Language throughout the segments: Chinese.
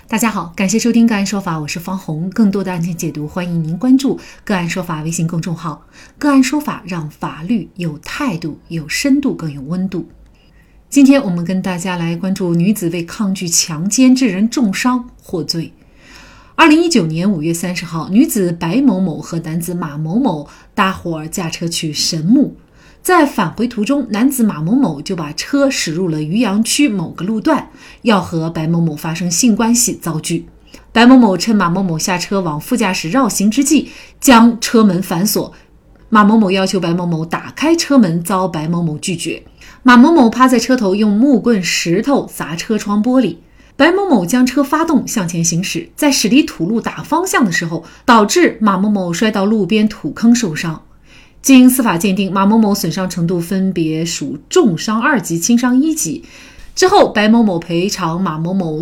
大家好，感谢收听个案说法，我是方红。更多的案件解读，欢迎您关注个案说法微信公众号。个案说法让法律有态度、有深度、更有温度。今天我们跟大家来关注女子为抗拒强奸致人重伤获罪。2019年5月30号，女子白某某和男子马某某搭伙驾车去神木，在返回途中，男子马某某就把车驶入了渔阳区某个路段，要和白某某发生性关系遭拒。白某某趁马某某下车往副驾驶绕行之际，将车门反锁。马某某要求白某某打开车门，遭白某某拒绝。马某某趴在车头，用木棍、石头砸车窗玻璃。白某某将车发动向前行驶，在驶离土路打方向的时候，导致马某某摔到路边土坑受伤。经司法鉴定，马某某损伤程度分别属重伤2级、轻伤1级。之后，白某某赔偿马某某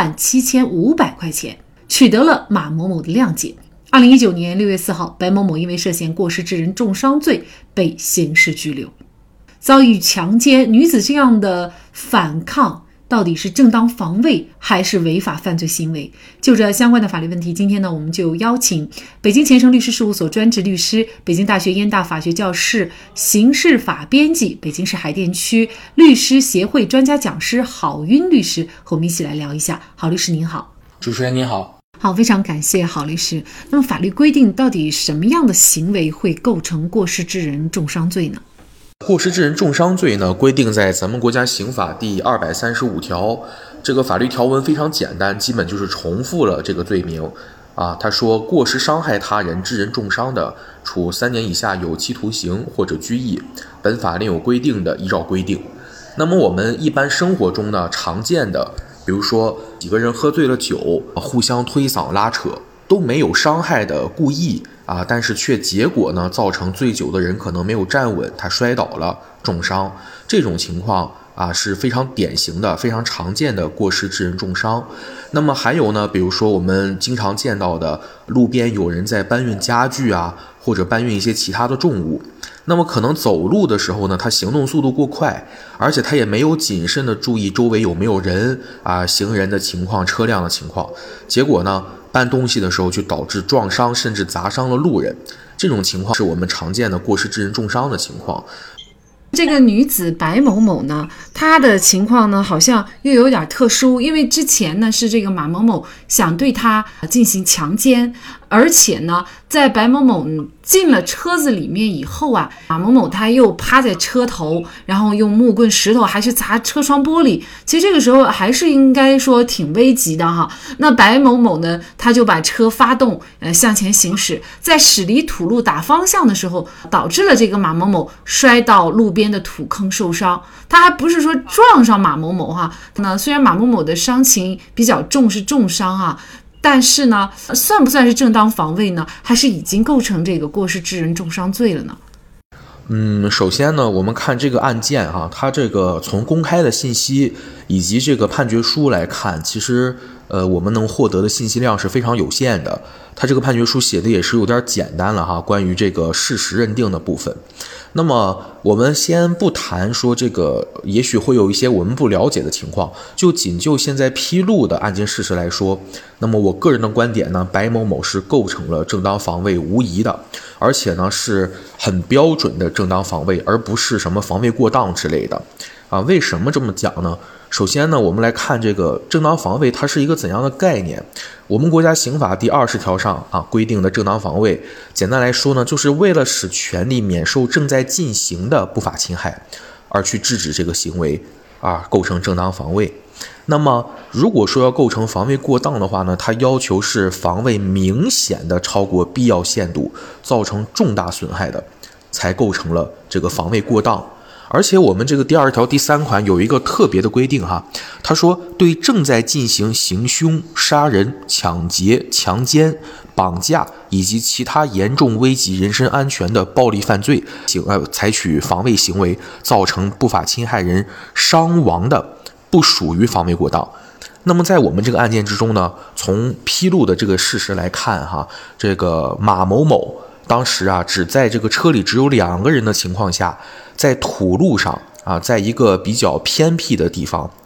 37500块钱，取得了马某某的谅解。2019年6月4号，白某某因为涉嫌过失致人重伤罪被刑事拘留。遭遇强奸，女子这样的反抗到底是正当防卫还是违法犯罪行为？就这相关的法律问题，今天呢，我们就邀请北京前程律师事务所专职律师、北京大学燕大法学教室刑事法编辑、北京市海淀区律师协会专家讲师郝晕律师和我们一起来聊一下。郝律师您好。 主持人您好。 好，非常感谢郝律师。那么法律规定到底什么样的行为会构成过失致人重伤罪呢？ 过失致人重伤罪呢，规定在咱们国家刑法第235条。这个法律条文非常简单，基本就是重复了这个罪名啊。他说，过失伤害他人致人重伤的，处3年以下有期徒刑或者拘役。本法另有规定的，依照规定。那么我们一般生活中呢，常见的，比如说几个人喝醉了酒，互相推搡拉扯，都没有伤害的故意啊，但是却结果呢，造成醉酒的人可能没有站稳，他摔倒了，重伤。这种情况啊是非常典型的、非常常见的过失致人重伤。那么还有呢，比如说我们经常见到的，路边有人在搬运家具啊，或者搬运一些其他的重物。那么可能走路的时候呢，他行动速度过快，而且他也没有谨慎的注意周围有没有人啊、行人的情况、车辆的情况，结果呢，搬东西的时候就导致撞伤甚至砸伤了路人。这种情况是我们常见的过失致人重伤的情况。 这个女子白某某呢，她的情况呢好像又有点特殊，因为之前呢是这个马某某想对她进行强奸，而且呢在白某某进了车子里面以后啊，马某某他又趴在车头，然后用木棍、石头还去砸车窗玻璃。其实这个时候还是应该说挺危急的哈。那白某某呢，他就把车发动向前行驶，在驶离土路打方向的时候，导致了这个马某某摔到路边的土坑受伤。他还不是说撞上马某某哈，那虽然马某某的伤情比较重，是重伤哈，但是呢，算不算是正当防卫呢？还是已经构成这个过失致人重伤罪了呢？ 首先呢，我们看这个案件哈，它这个从公开的信息以及这个判决书来看，其实我们能获得的信息量是非常有限的。它这个判决书写的也是有点简单了哈，关于这个事实认定的部分。那么我们先不谈说这个也许会有一些我们不了解的情况，就仅就现在披露的案件事实来说，那么我个人的观点呢，白某某是构成了正当防卫无疑的，而且呢是很标准的正当防卫，而不是什么防卫过当之类的啊。为什么这么讲呢？首先呢，我们来看这个正当防卫它是一个怎样的概念。我们国家刑法第20条上啊规定的正当防卫，简单来说呢，就是为了使权利免受正在进行的不法侵害，而去制止这个行为啊，构成正当防卫。那么如果说要构成防卫过当的话呢，它要求是防卫明显的超过必要限度，造成重大损害的，才构成了这个防卫过当。而且我们这个第2条第3款有一个特别的规定哈，他说对正在进行行凶、杀人、抢劫、强奸、绑架以及其他严重危及人身安全的暴力犯罪采取防卫行为，造成不法侵害人伤亡的，不属于防卫过当。那么在我们这个案件之中呢，从披露的这个事实来看哈，这个马某某当时啊，只在这个车里只有2个人的情况下，在土路上啊，在一个比较偏僻的地方，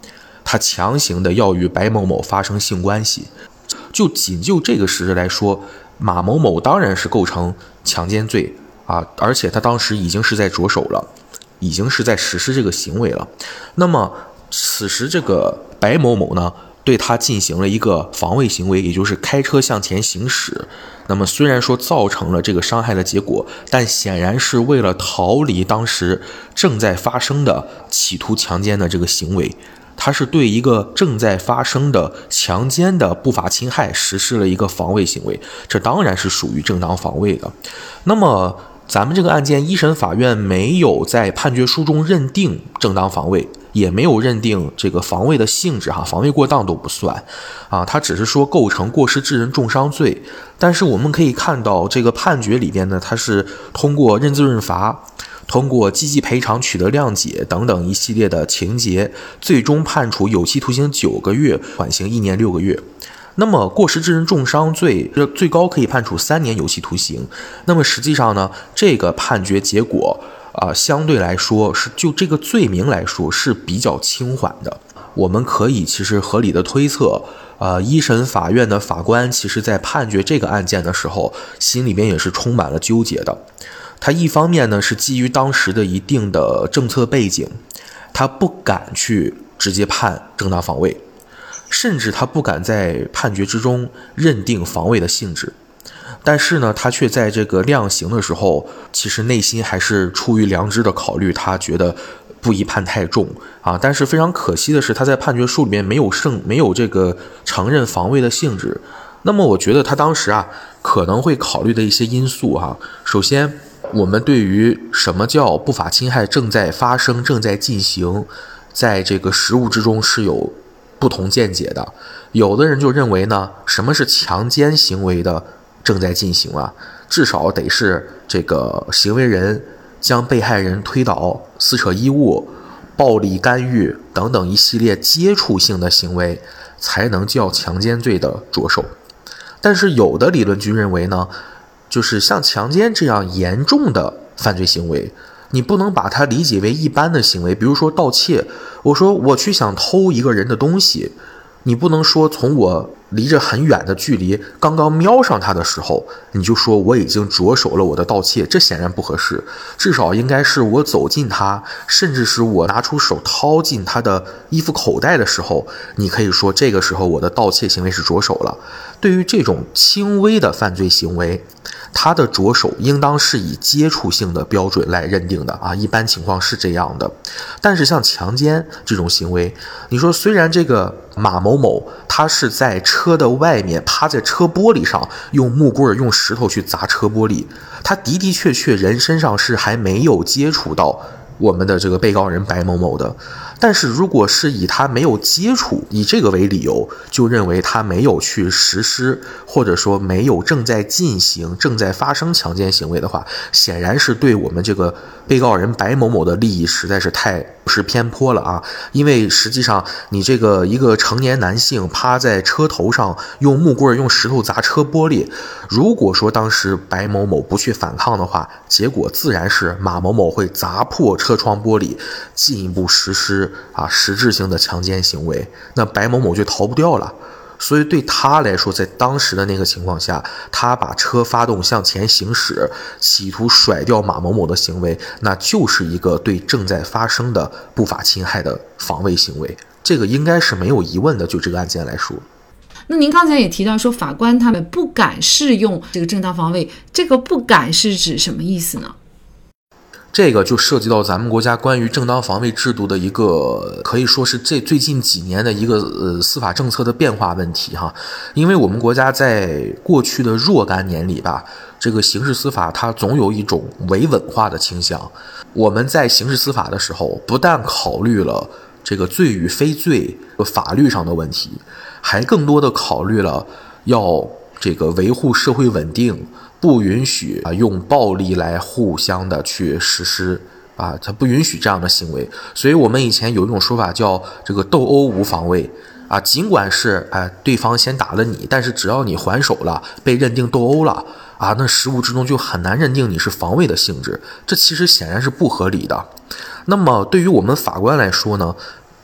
他强行的要与白某某发生性关系。仅就这个事实来说，马某某当然是构成强奸罪啊，而且他当时已经是在着手了，已经是在实施这个行为了。那么此时这个白某某呢，对他进行了一个防卫行为，也就是开车向前行驶。那么虽然说造成了这个伤害的结果，但显然是为了逃离当时正在发生的企图强奸的这个行为，他是对一个正在发生的强奸的不法侵害实施了一个防卫行为，这当然是属于正当防卫的。那么咱们这个案件一审法院没有在判决书中认定正当防卫，也没有认定这个防卫的性质防卫过当都不算他只是说构成过失致人重伤罪。但是我们可以看到这个判决里边呢，它是通过认字润罚，通过积极赔偿、取得谅解等等一系列的情节，最终判处有期徒刑9个月，缓刑1年6个月。那么过失致人重伤罪最高可以判处3年有期徒刑。那么实际上呢，这个判决结果相对来说是就这个罪名来说是比较轻缓的。我们可以其实合理的推测一审法院的法官其实在判决这个案件的时候，心里面也是充满了纠结的。他一方面呢是基于当时的一定的政策背景，他不敢去直接判正当防卫，甚至他不敢在判决之中认定防卫的性质。但是呢，他却在这个量刑的时候，其实内心还是出于良知的考虑，他觉得不宜判太重但是非常可惜的是，他在判决书里面没有这个承认防卫的性质。那么我觉得他当时可能会考虑的一些因素首先我们对于什么叫不法侵害正在发生、正在进行，在这个实务之中是有不同见解的。有的人就认为呢，什么是强奸行为的正在进行至少得是这个行为人将被害人推倒、撕扯衣物、暴力干预等等一系列接触性的行为才能叫强奸罪的着手。但是有的理论就认为呢，就是像强奸这样严重的犯罪行为，你不能把它理解为一般的行为。比如说盗窃，我说我去想偷一个人的东西，你不能说从我离着很远的距离刚刚瞄上他的时候，你就说我已经着手了我的盗窃，这显然不合适。至少应该是我走近他，甚至是我拿出手掏进他的衣服口袋的时候，你可以说这个时候我的盗窃行为是着手了。对于这种轻微的犯罪行为，他的着手应当是以接触性的标准来认定的一般情况是这样的。但是像强奸这种行为，你说虽然这个马某某他是在车的外面趴在车玻璃上用木棍用石头去砸车玻璃，他的的确确人身上是还没有接触到我们的这个被告人白某某的。但是如果是以他没有接触，以这个为理由，就认为他没有去实施，或者说没有正在进行、正在发生强奸行为的话，显然是对我们这个被告人白某某的利益实在是太偏颇了因为实际上你这个一个成年男性趴在车头上用木棍用石头砸车玻璃，如果说当时白某某不去反抗的话，结果自然是马某某会砸破车窗玻璃，进一步实施实质性的强奸行为，那白某某就逃不掉了。所以对他来说，在当时的那个情况下，他把车发动向前行驶，企图甩掉马某某的行为，那就是一个对正在发生的不法侵害的防卫行为，这个应该是没有疑问的，就这个案件来说。 那您刚才也提到说法官他们不敢适用这个正当防卫，这个不敢是指什么意思呢？ 这个就涉及到咱们国家关于正当防卫制度的一个，可以说是最近几年的一个司法政策的变化问题因为我们国家在过去的若干年里吧，这个刑事司法它总有一种维稳化的倾向。我们在刑事司法的时候，不但考虑了这个罪与非罪法律上的问题，还更多的考虑了要这个维护社会稳定，不允许用暴力来互相的去实施它不允许这样的行为。所以我们以前有一种说法叫这个斗殴无防卫尽管是对方先打了你，但是只要你还手了，被认定斗殴了那实务之中就很难认定你是防卫的性质，这其实显然是不合理的。那么对于我们法官来说呢，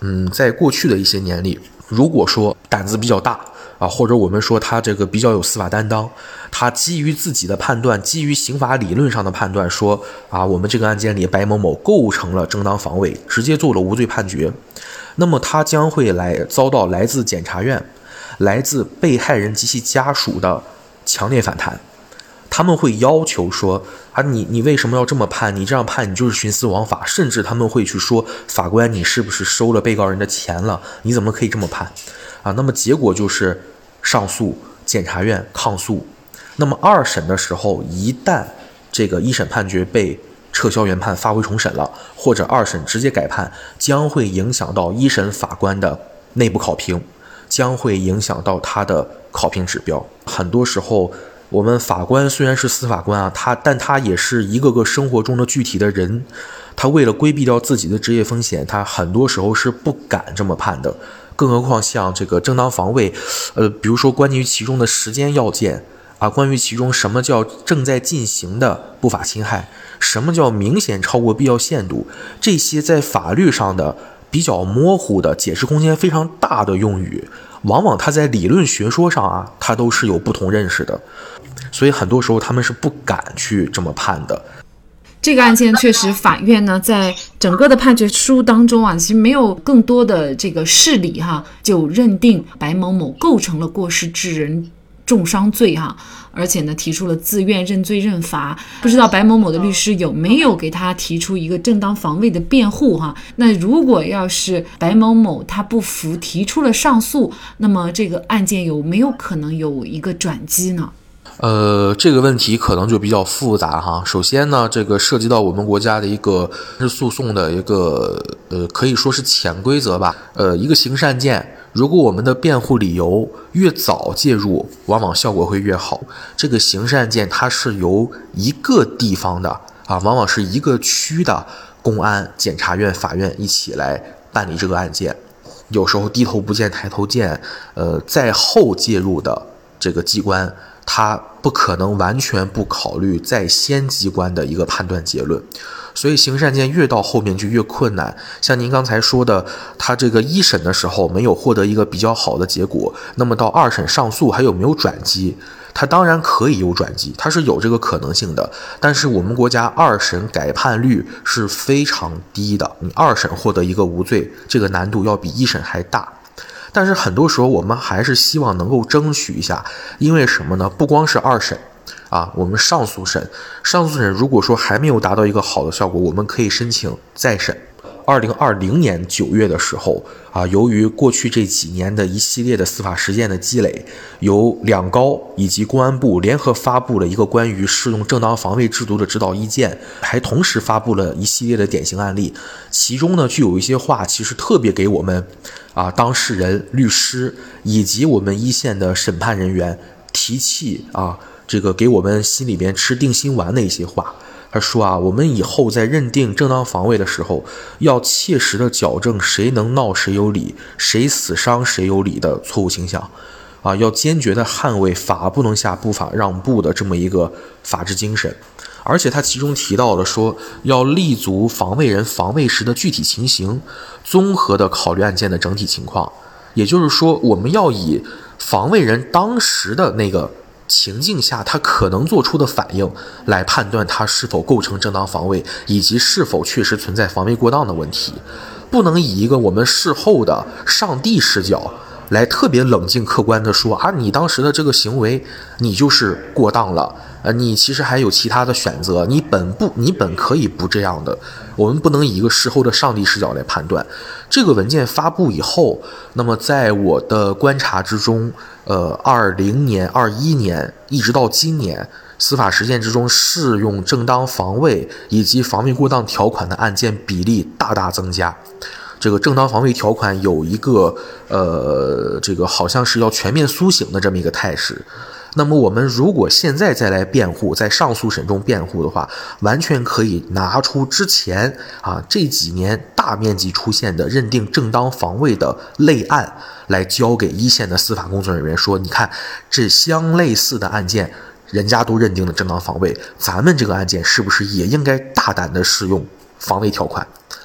在过去的一些年里，如果说胆子比较大啊，或者我们说他这个比较有司法担当，他基于自己的判断，基于刑法理论上的判断说啊，我们这个案件里白某某构成了正当防卫，直接做了无罪判决，那么他将会遭到来自检察院、来自被害人及其家属的强烈反弹。他们会要求说啊，你为什么要这么判？你这样判你就是徇私枉法，甚至他们会去说法官，你是不是收了被告人的钱了？你怎么可以这么判啊？那么结果就是上诉、检察院抗诉。那么二审的时候，一旦这个一审判决被撤销原判发回重审了，或者二审直接改判，将会影响到一审法官的内部考评，将会影响到他的考评指标。很多时候我们法官虽然是司法官啊，但他也是一个个生活中的具体的人，他为了规避掉自己的职业风险，他很多时候是不敢这么判的。更何况像这个正当防卫，比如说关于其中的时间要件啊，关于其中什么叫正在进行的不法侵害，什么叫明显超过必要限度，这些在法律上的比较模糊的、解释空间非常大的用语，往往他在理论学说上啊，他都是有不同认识的，所以很多时候他们是不敢去这么判的。 这个案件确实，法院呢在整个的判决书当中啊，其实没有更多的这个事理哈，就认定白某某构成了过失致人重伤罪哈，而且呢提出了自愿认罪认罚。不知道白某某的律师有没有给他提出一个正当防卫的辩护哈？那如果要是白某某他不服提出了上诉，那么这个案件有没有可能有一个转机呢？ 这个问题可能就比较复杂哈。首先呢，这个涉及到我们国家的一个诉讼的一个可以说是潜规则吧。一个刑事案件，如果我们的辩护理由越早介入，往往效果会越好。这个刑事案件它是由一个地方的啊，往往是一个区的公安、检察院、法院一起来办理这个案件。有时候低头不见抬头见，在后介入的这个机关，他不可能完全不考虑在先机关的一个判断结论，所以刑事案件越到后面就越困难。像您刚才说的，他这个一审的时候没有获得一个比较好的结果，那么到二审上诉还有没有转机？他当然可以有转机，他是有这个可能性的，但是我们国家二审改判率是非常低的，你二审获得一个无罪，这个难度要比一审还大。但是很多时候我们还是希望能够争取一下，因为什么呢？不光是二审啊，我们上诉审如果说还没有达到一个好的效果，我们可以申请再审。2020年9月的时候啊，由于过去这几年的一系列的司法实践的积累，由两高以及公安部联合发布了一个关于适用正当防卫制度的指导意见，还同时发布了一系列的典型案例。其中呢，就有一些话其实特别给我们当事人、律师以及我们一线的审判人员提气啊，这个给我们心里边吃定心丸的一些话。他说我们以后在认定正当防卫的时候，要切实的矫正谁能闹谁有理，谁死伤谁有理的错误倾向要坚决的捍卫法不能下不法让步的这么一个法治精神。而且他其中提到了说，要立足防卫人防卫时的具体情形，综合的考虑案件的整体情况。也就是说，我们要以防卫人当时的那个情境下他可能做出的反应来判断他是否构成正当防卫，以及是否确实存在防卫过当的问题。不能以一个我们事后的上帝视角来特别冷静客观的说你当时的这个行为你就是过当了，你其实还有其他的选择，你本可以不这样的。我们不能以一个事后的上帝视角来判断。这个文件发布以后，那么在我的观察之中20年、21年一直到今年，司法实践之中适用正当防卫以及防卫过当条款的案件比例大大增加。这个正当防卫条款有一个这个好像是要全面苏醒的这么一个态势。那么我们如果现在再来辩护，在上诉审中辩护的话，完全可以拿出之前这几年大面积出现的认定正当防卫的类案来交给一线的司法工作人员说，你看这相类似的案件人家都认定了正当防卫，咱们这个案件是不是也应该大胆的使用防卫条款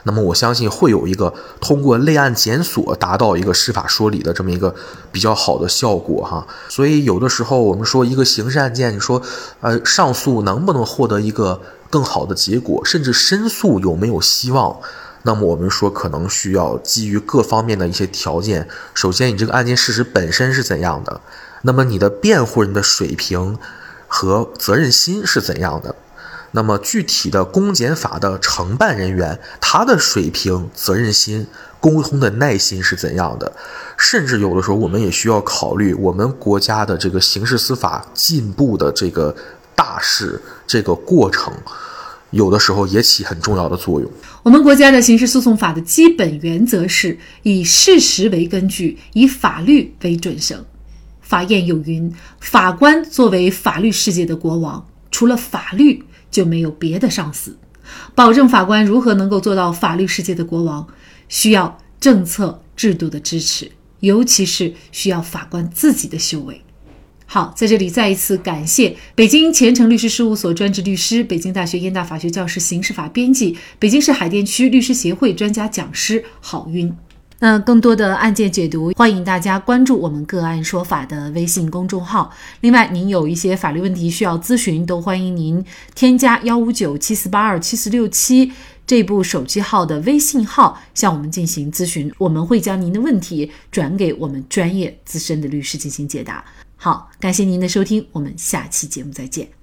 那么我相信会有一个通过类案检索达到一个司法说理的这么一个比较好的效果哈。所以有的时候我们说一个刑事案件，你说上诉能不能获得一个更好的结果，甚至申诉有没有希望，那么我们说可能需要基于各方面的一些条件。首先你这个案件事实本身是怎样的，那么你的辩护人的水平和责任心是怎样的，那么具体的公检法的承办人员他的水平、责任心、沟通的耐心是怎样的，甚至有的时候我们也需要考虑我们国家的这个刑事司法进步的这个大势，这个过程有的时候也起很重要的作用。 我们国家的刑事诉讼法的基本原则是以事实为根据，以法律为准绳。法谚有云，法官作为法律世界的国王，除了法律就没有别的上司。保证法官如何能够做到法律世界的国王，需要政策制度的支持，尤其是需要法官自己的修为。好，在这里再一次感谢北京前程律师事务所专职律师、北京大学燕大法学教师刑事法编辑、北京市海淀区律师协会专家讲师郝晕。那更多的案件解读，欢迎大家关注我们个案说法的微信公众号。另外，您有一些法律问题需要咨询，都欢迎您添加15974827467这部手机号的微信号向我们进行咨询，我们会将您的问题转给我们专业资深的律师进行解答。好，感谢您的收听，我们下期节目再见。